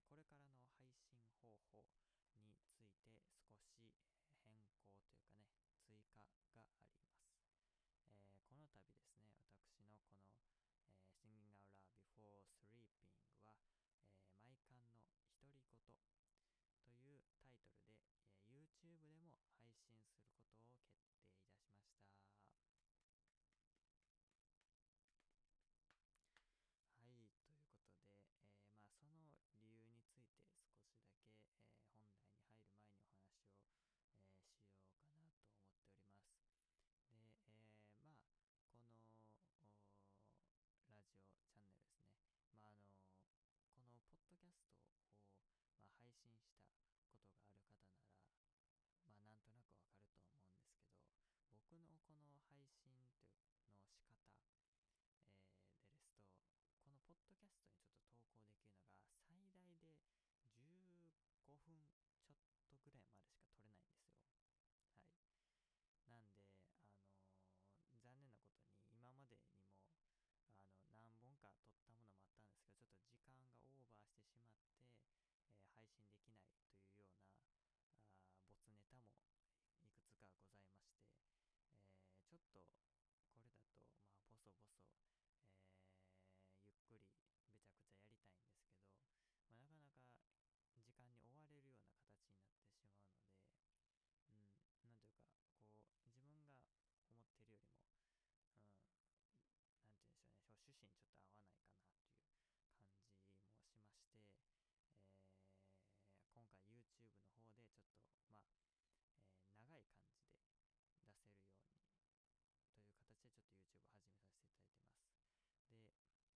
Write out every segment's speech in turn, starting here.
これからの配信方法について少し変更というかね、追加があります。この度ですね、私のこの、Singing Out Loud Before Sleeping は、毎晩の独り言というタイトルで、YouTube でも配信することを決定いたしました。はい、ということで、その理由について少しだけ、本題に入る前にお話を、しようかなと思っております。で、このラジオチャンネルですね。このポッドキャストを、配信したことがある方なら、なんとなくわかると思うんですけど、僕のこの配信というの仕方、でですと、このポッドキャストにちょっと投稿できるのが最大で15分ちょっとぐらいまでしか撮れないんですよ。はい。なんで、残念なことに今までにも何本か撮ったものもあったんですけど、ちょっと時間がオーバーしてしまって、配信できないというような没ネタもいくつかございまして、ちょっとこれだとボソボソ、ゆっくりめちゃくちゃやりたいんですけど、なかなか時間に追われるような形になってしまうので、なんというか、こう、自分が思っているよりも、うん、なんて言うんでしょうね、趣旨にちょっと合わないかなという感じもしまして、今回 YouTube の方でちょっと、長い感じで出せるようにという形でちょっと YouTube を始めさせていただいています。で、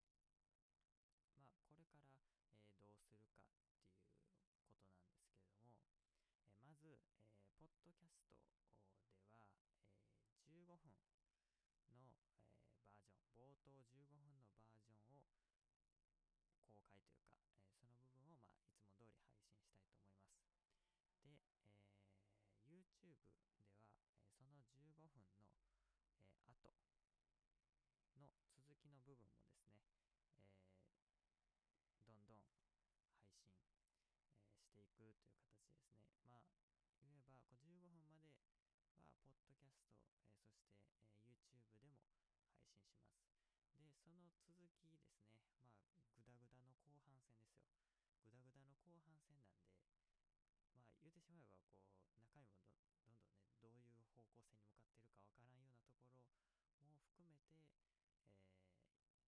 これから、どうするかっていうことなんですけれども、まず、ポッドキャストでは、15分の、バージョン、冒頭15分のバージョンを公開というか、その部分を、いつも通り配信したいと思います。で、YouTube では、その15分の、後の続きの部分もですね、えどんどん配信、していくという形ですね。言えばこう15分まではポッドキャスト、そして、YouTube でも配信します。で、その続きですね、グダグダの後半戦ですよ。グダグダの後半戦なんで、言ってしまえばこう中身もどんどんね、どういう方向性に向かっているかわからんようなところも含めて、え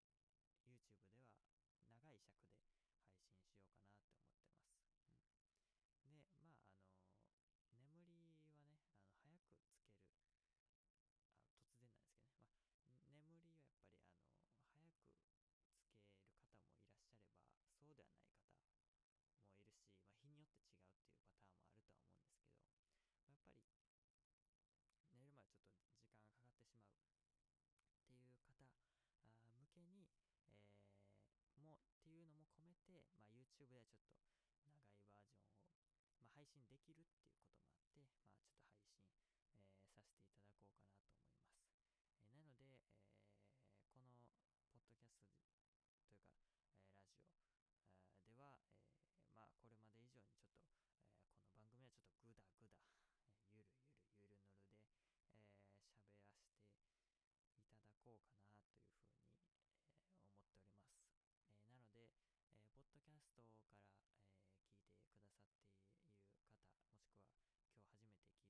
YouTube では長い尺で配信しようかなって思ってます。で、眠りはね、早くつける、突然なんですけどね、眠りはやっぱり早くつける方もいらっしゃれば、そうではない方もいるし、日によって違うっていうパターンもあるとは思うんですけど、やっぱり寝るまでちょっと時間がかかってしまうっていう方向けに、もうっていうのも込めて、YouTube ではちょっと長いバージョンを、配信できるっていうこともあって、ちょっと配信、させていただこうかなと思います。なので、このポッドキャストというか、ラジオでは、これまで以上にちょっと、この番組はちょっとグダグダ、ゆるゆるゆるぬるで喋らせていただこうかなというふうに、思っております。なので、ポッドキャストから、聞いてくださっている方、もしくは今日初めて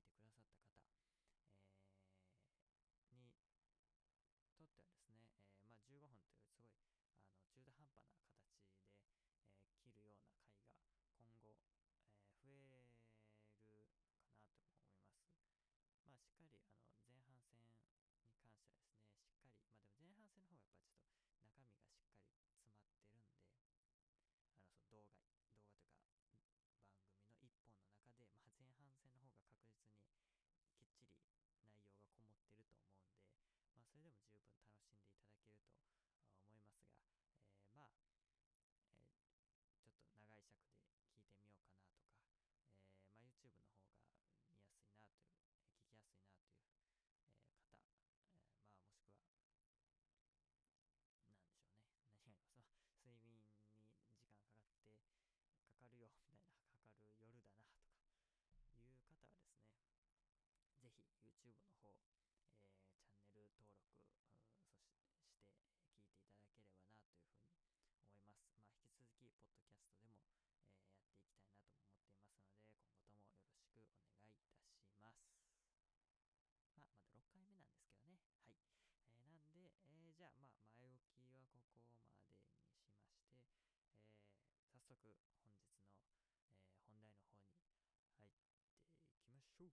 ポッドキャストでも、やっていきたいなと思っていますので、今後ともよろしくお願いいたします。まだ6回目なんですけどね。はい。なんで、じゃあ、前置きはここまでにしまして、早速本日の、本題の方に入っていきましょう。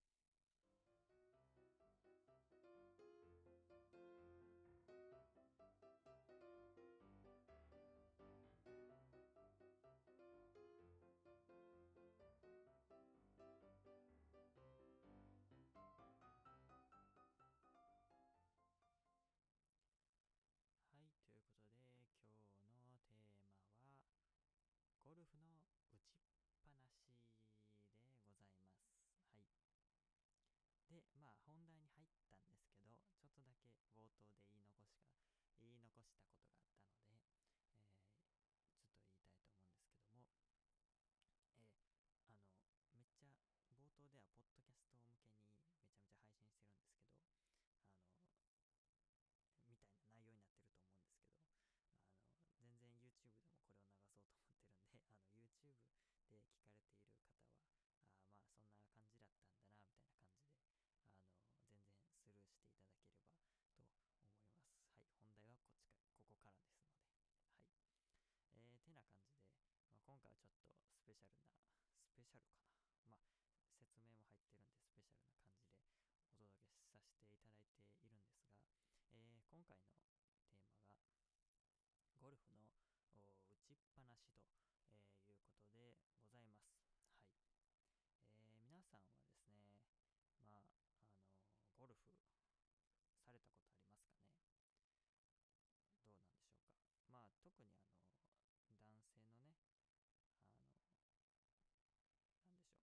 はい、ということで、今日のテーマは、ゴルフの打ちっぱなしでございます。はい。で、本題に入ったんですけど、ちょっとだけ冒頭で言い残したことがあったので、ちょっと言いたいと思うんですけども、えーあの、めっちゃ、冒頭ではポッドキャスト向けにめちゃめちゃ配信してるんですけど、あの、みたいな内容になってると思うんですけど、全然 YouTube でもこれを流そうと思ってるんで、YouTube で聞かれている方は、そんな感じだったんだな、みたいな感じで、全然スルーしていただければと思います。はい、本題はここからですので。はい。てな感じで、今回はちょっとスペシャルかな。説明も入ってるんで、スペシャルな感じでお届けさせていただいているんですが、今回のテーマが、ゴルフの打ちっぱなしと、いうことでございます。はい。皆さんはですね、ゴルフされたことありますかね？どうなんでしょうか。特に男性のね、あの、なんでしょ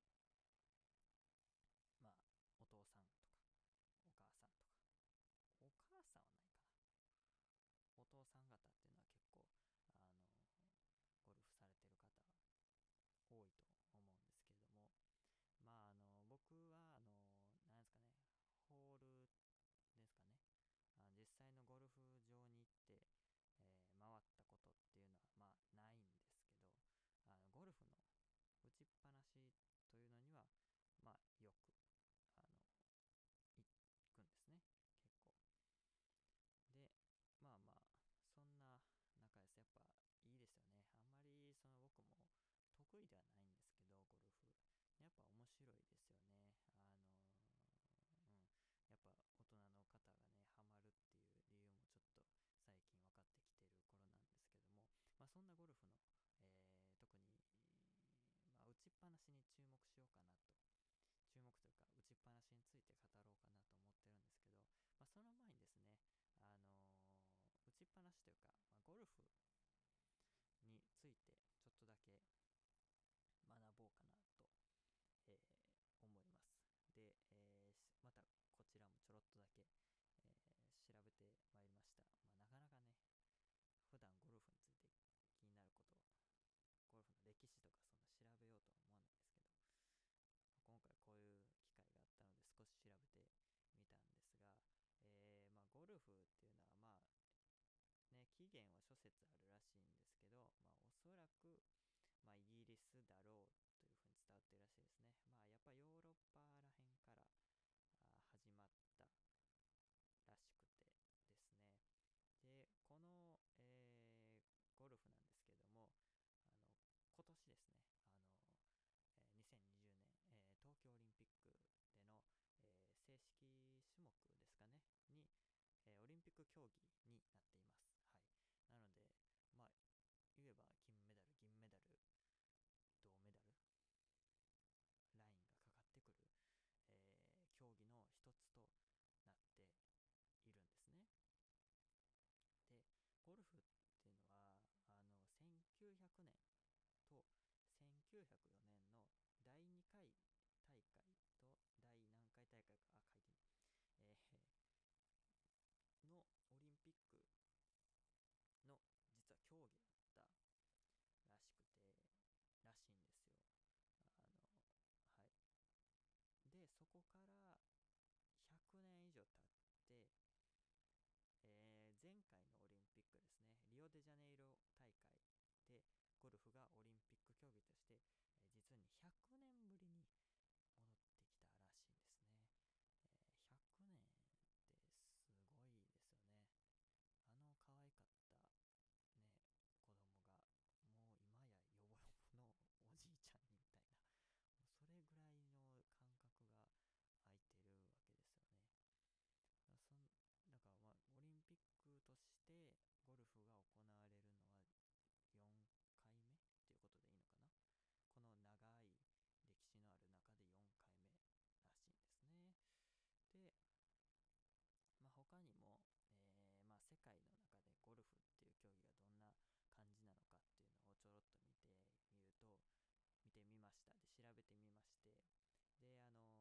う。お父さんとか、お母さんとか、お母さんはないかな。お父さん方っていうのは結構、あの、ゴルフされてる方多いと思うんですけれども、僕は、なんですかね、ホールですかね、実際のゴルフ場に行って、回ったことっていうのは、ないんですけど、ゴルフの打ちっぱなしというのには、よく、あの、行くんですね、結構。で、そんな中です。やっぱいいですよね。あんまり僕も得意ではないんですけど、ゴルフ。やっぱ面白いですよね。やっぱ大人の方がね、ハマるっていう理由もちょっと最近分かってきてる頃なんですけども、そんなゴルフの、特に、打ちっぱなしに注目しようかなと。注目というか、打ちっぱなしについて語ろうかなと思ってるんですけど、その前にですね、打ちっぱなしというか、ゴルフについてちょっとだけ学ぼうかなと、思います。で、またこちらもちょろっとだけ、調べてまいりました。なかなかね、普段ゴルフについて気になること、ゴルフの歴史とかそんな調べようとは思わないんですけど、今回こういう機会があったので少し調べてみたんですが、ゴルフっていうのはね、起源は諸説あるらしいんですけど、おそらく、イギリスだろうというふうに伝わっているらしいですね。やっぱヨーロッパらへんから始まったらしくてですね。で、この、ゴルフなんですけども、今年ですね、2020年、東京オリンピックでの、正式種目ですかね、に、オリンピック競技になっています。はい。なので、言えば金メダル、銀メダル、銅メダル、ラインがかかってくる、競技の一つとなっているんですね。で、ゴルフっていうのは、1900年と1904年の第2回大会と第何回大会か、書いてね、のオリンピックの実は競技だったらしくて、らしいんですよ。あの、はい。で、そこから100年以上経って、前回のオリンピックですね、リオデジャネイロ大会でゴルフがオリンピック競技として、実に100年ぶりに戻ってきたらしいんですね。100年ってすごいですよね。可愛かったね、子供がもう今やヨボヨボのおじいちゃんにみたいな、もうそれぐらいの感覚が空いてるわけですよね。そんだからまあオリンピックとしてゴルフが行われるのは4回目っていうことでいいのかな。この長い歴史のある中で4回目らしいんですね。で、まあ、他にも、まあ、世界の中でゴルフっていう競技がどんな感じなのかっていうのをちょろっと見てみました。で、調べてみまして、で、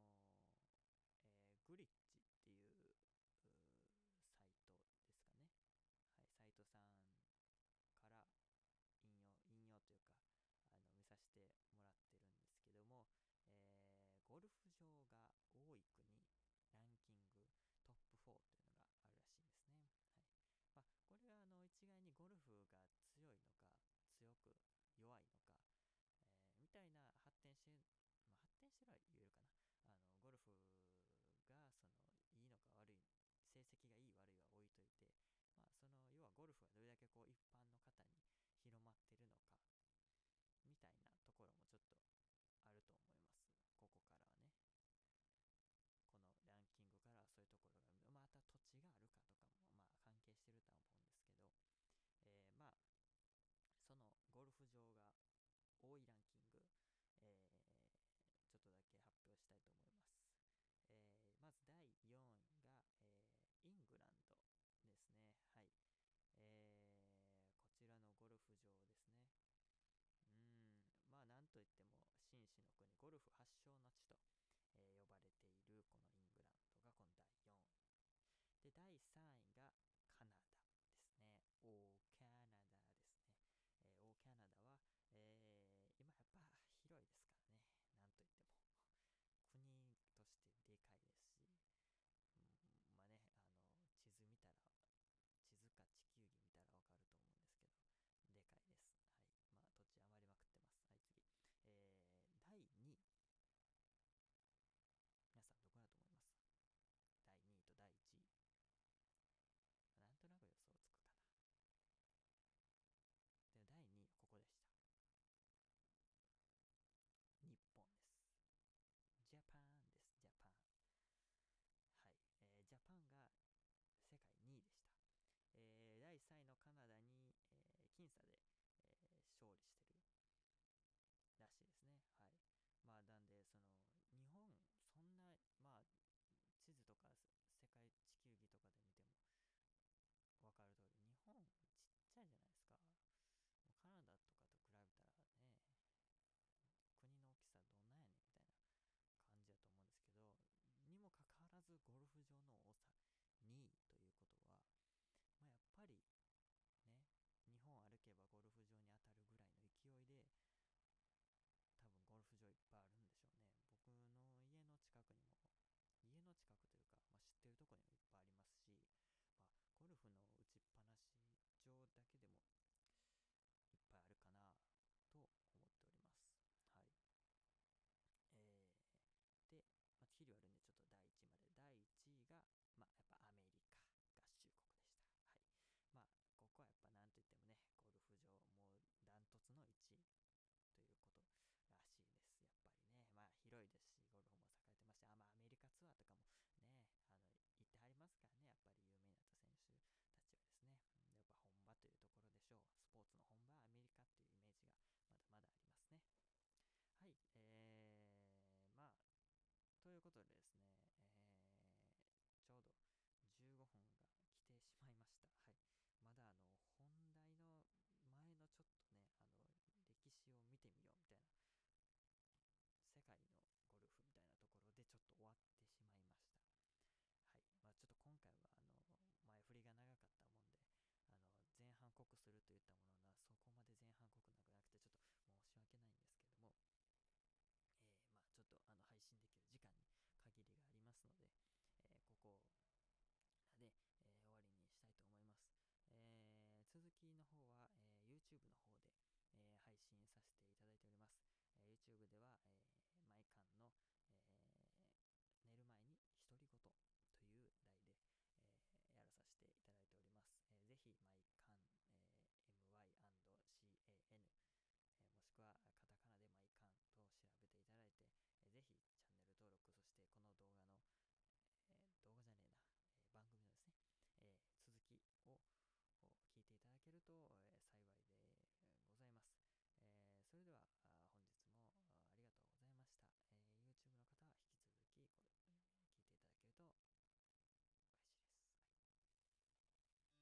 グリッチっていうサイトですかね。はい、サイトさんから引用というか、見させてもらってるんですけども、ゴルフ場が多い国ランキングトップ4というのがあるらしいんですね。はい。まあ、これは一概にゴルフが強いのか強く弱いのか、みたいな発展してるは言えるかな。ゴルフがいいのか悪い、成績がいい悪いは置いといて、まあ、要はゴルフがどれだけこう一般の方に広まってるのかみたいなところもちょっとあると思います。ここからはね。このランキングからはそういうところが、また土地があるかとかもまあ関係してるとは思うんですけど、まあそのゴルフ場が多いランキング、ちょっとだけ発表したいと思います。まず第4位が、イングランドですね。はい。こちらのゴルフ場ですね。まあなんといっても紳士の国、ゴルフ発祥の地と、呼ばれているこのイングランドがこの第4位。で、第3位がカナダですね。オーキャナダですね。オーキャナダは、今やっぱ広いですからね。なんといっても。国としてでかいですし、まあね、地図か地球儀見たらわかると思うんですけど、でかいです。はい。まあ、土地余りまくってます。はい、次。第2位。皆さんどこだと思います？第2位と第1位。なんとなく予想つくかな。で、第2位はここでした。日本です。ジャパンです。ジャパン。はい。ジャパンが世界2位でした。第3位のカナダに、僅差で、勝利してるらしいですね。はい。まあ、なんで、